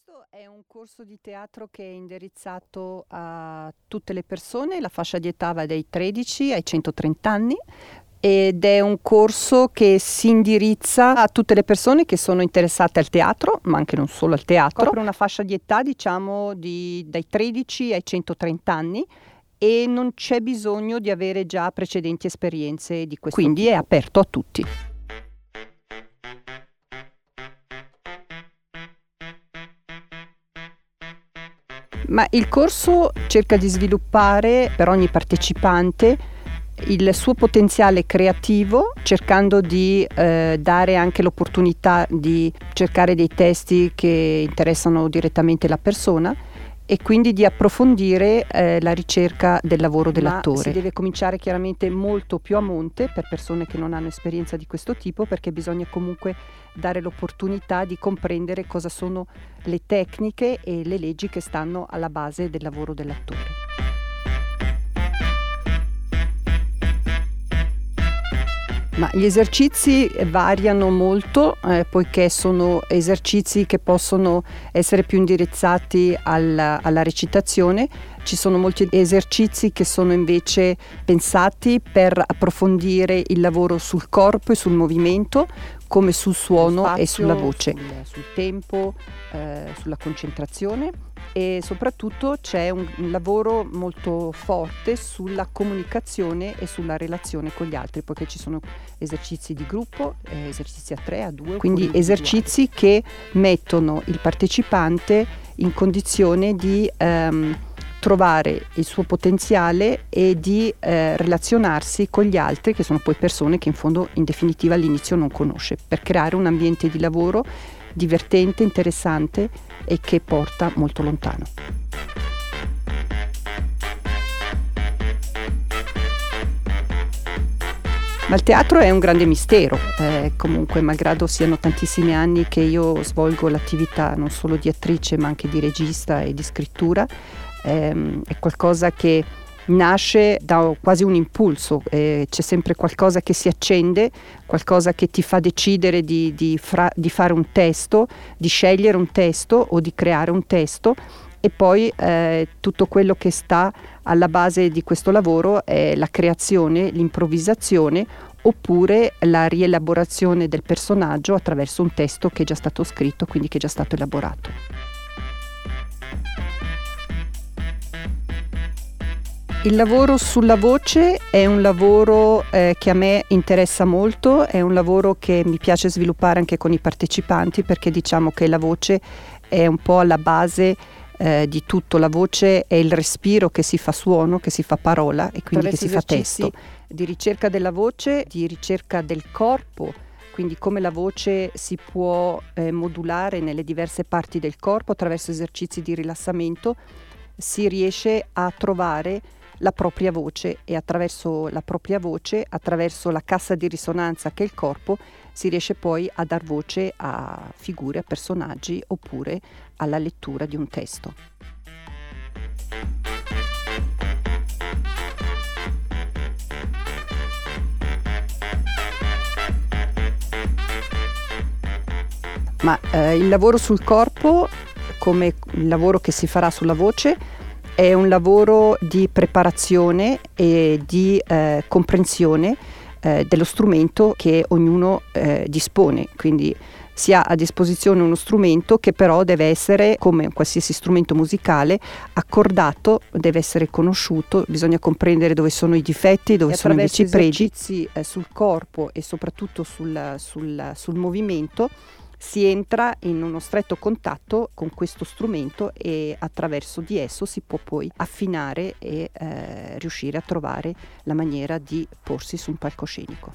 Questo è un corso di teatro che è indirizzato a tutte le persone, la fascia di età va dai 13 ai 130 anni ed è un corso che si indirizza a tutte le persone che sono interessate al teatro, ma anche non solo al teatro. Copre una fascia di età diciamo dai 13 ai 130 anni e non c'è bisogno di avere già precedenti esperienze di questo tipo. Quindi è aperto a tutti. Ma il corso cerca di sviluppare per ogni partecipante il suo potenziale creativo, cercando di dare anche l'opportunità di cercare dei testi che interessano direttamente la persona e quindi di approfondire la ricerca del lavoro dell'attore. Ma si deve cominciare chiaramente molto più a monte per persone che non hanno esperienza di questo tipo, perché bisogna comunque dare l'opportunità di comprendere cosa sono le tecniche e le leggi che stanno alla base del lavoro dell'attore. Ma gli esercizi variano molto poiché sono esercizi che possono essere più indirizzati alla recitazione. Ci sono molti esercizi che sono invece pensati per approfondire il lavoro sul corpo e sul movimento, come sul suono spazio, e sulla voce, sul tempo, sulla concentrazione. E soprattutto c'è un lavoro molto forte sulla comunicazione e sulla relazione con gli altri, poiché ci sono esercizi di gruppo, esercizi a 3, a 2, quindi esercizi che mettono il partecipante in condizione di trovare il suo potenziale e di relazionarsi con gli altri, che sono poi persone che in fondo in definitiva all'inizio non conosce, per creare un ambiente di lavoro divertente, interessante e che porta molto lontano. Ma il teatro è un grande mistero, comunque malgrado siano tantissimi anni che io svolgo l'attività non solo di attrice ma anche di regista e di scrittura, è qualcosa che nasce da quasi un impulso, c'è sempre qualcosa che si accende, qualcosa che ti fa decidere di fare un testo, di scegliere un testo o di creare un testo e poi tutto quello che sta alla base di questo lavoro è la creazione, l'improvvisazione oppure la rielaborazione del personaggio attraverso un testo che è già stato scritto, quindi che è già stato elaborato. Il lavoro sulla voce è un lavoro che a me interessa molto, è un lavoro che mi piace sviluppare anche con i partecipanti, perché diciamo che la voce è un po' alla base di tutto. La voce è il respiro che si fa suono, che si fa parola e quindi che si fa testo. Di ricerca della voce, di ricerca del corpo, quindi come la voce si può modulare nelle diverse parti del corpo attraverso esercizi di rilassamento, si riesce a trovare la propria voce e attraverso la propria voce, attraverso la cassa di risonanza che è il corpo, si riesce poi a dar voce a figure, a personaggi oppure alla lettura di un testo. Ma il lavoro sul corpo, come il lavoro che si farà sulla voce, è un lavoro di preparazione e di comprensione dello strumento che ognuno dispone, quindi si ha a disposizione uno strumento che però deve essere, come qualsiasi strumento musicale, accordato, deve essere conosciuto, bisogna comprendere dove sono i difetti, dove sono invece i pregi. Esercizi sul corpo e soprattutto sul movimento si entra in uno stretto contatto con questo strumento e attraverso di esso si può poi affinare e riuscire a trovare la maniera di porsi su un palcoscenico.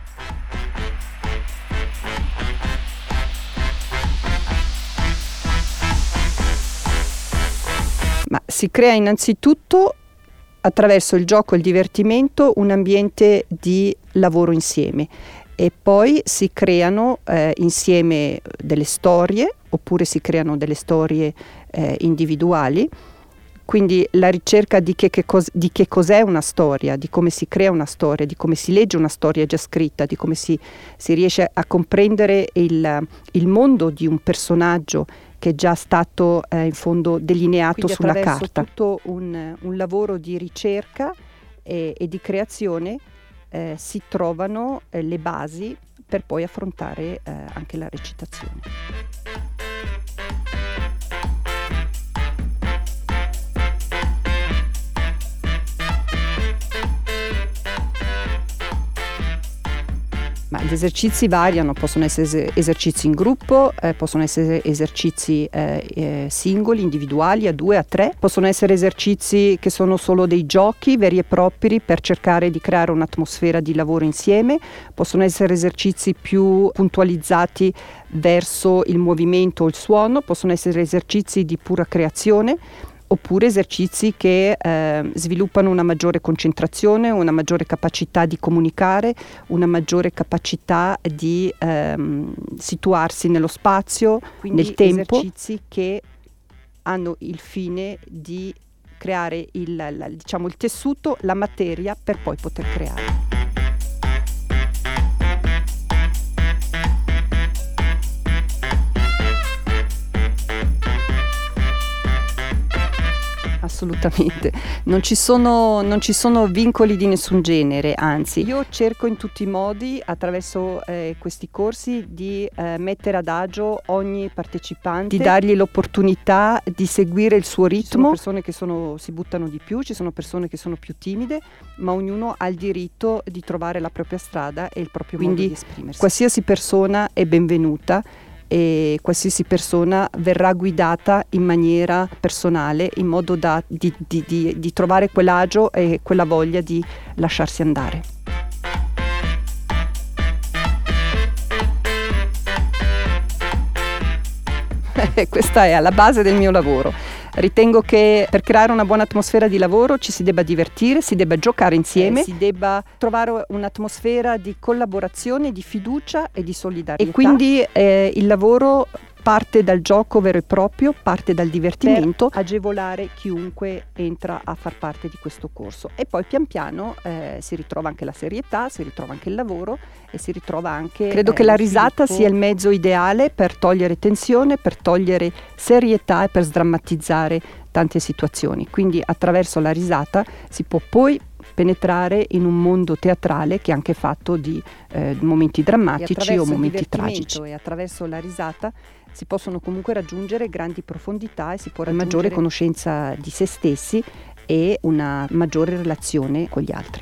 Ma si crea innanzitutto attraverso il gioco e il divertimento un ambiente di lavoro insieme. E poi si creano insieme delle storie, oppure si creano delle storie individuali, quindi la ricerca di che cos'è una storia, di come si crea una storia, di come si legge una storia già scritta, di come si riesce a comprendere il mondo di un personaggio che è già stato in fondo delineato quindi sulla carta. Tutto un lavoro di ricerca e di creazione si trovano le basi per poi affrontare anche la recitazione. Ma gli esercizi variano, possono essere esercizi in gruppo, possono essere esercizi singoli, individuali, a 2, a 3, possono essere esercizi che sono solo dei giochi veri e propri per cercare di creare un'atmosfera di lavoro insieme, possono essere esercizi più puntualizzati verso il movimento o il suono, possono essere esercizi di pura creazione, oppure esercizi che sviluppano una maggiore concentrazione, una maggiore capacità di comunicare, una maggiore capacità di situarsi nello spazio, quindi nel tempo. Esercizi che hanno il fine di creare il tessuto, la materia per poi poter creare. Assolutamente, non ci sono vincoli di nessun genere, anzi io cerco in tutti i modi attraverso questi corsi di mettere ad agio ogni partecipante, di dargli l'opportunità di seguire il suo ritmo. Ci sono persone che si buttano di più, ci sono persone che sono più timide, ma ognuno ha il diritto di trovare la propria strada e il proprio modo di esprimersi. Qualsiasi persona è benvenuta e qualsiasi persona verrà guidata in maniera personale in modo di trovare quell'agio e quella voglia di lasciarsi andare. Questa è alla base del mio lavoro. Ritengo che per creare una buona atmosfera di lavoro ci si debba divertire, si debba giocare insieme, si debba trovare un'atmosfera di collaborazione, di fiducia e di solidarietà. E quindi il lavoro parte dal gioco vero e proprio, parte dal divertimento, per agevolare chiunque entra a far parte di questo corso. E poi pian piano si ritrova anche la serietà, si ritrova anche il lavoro e si ritrova anche... Credo che la risata sia il mezzo ideale per togliere tensione, per togliere serietà e per sdrammatizzare tante situazioni. Quindi attraverso la risata si può poi penetrare in un mondo teatrale che è anche fatto di momenti drammatici o momenti tragici. E attraverso la risata si possono comunque raggiungere grandi profondità e si può raggiungere maggiore conoscenza di se stessi e una maggiore relazione con gli altri.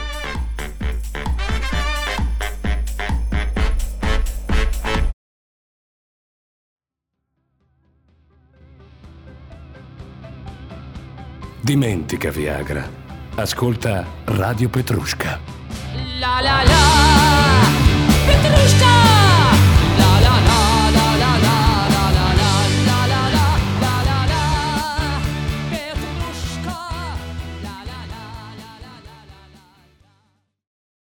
Dimentica Viagra. Ascolta Radio Petrushka. La la la Petrushka.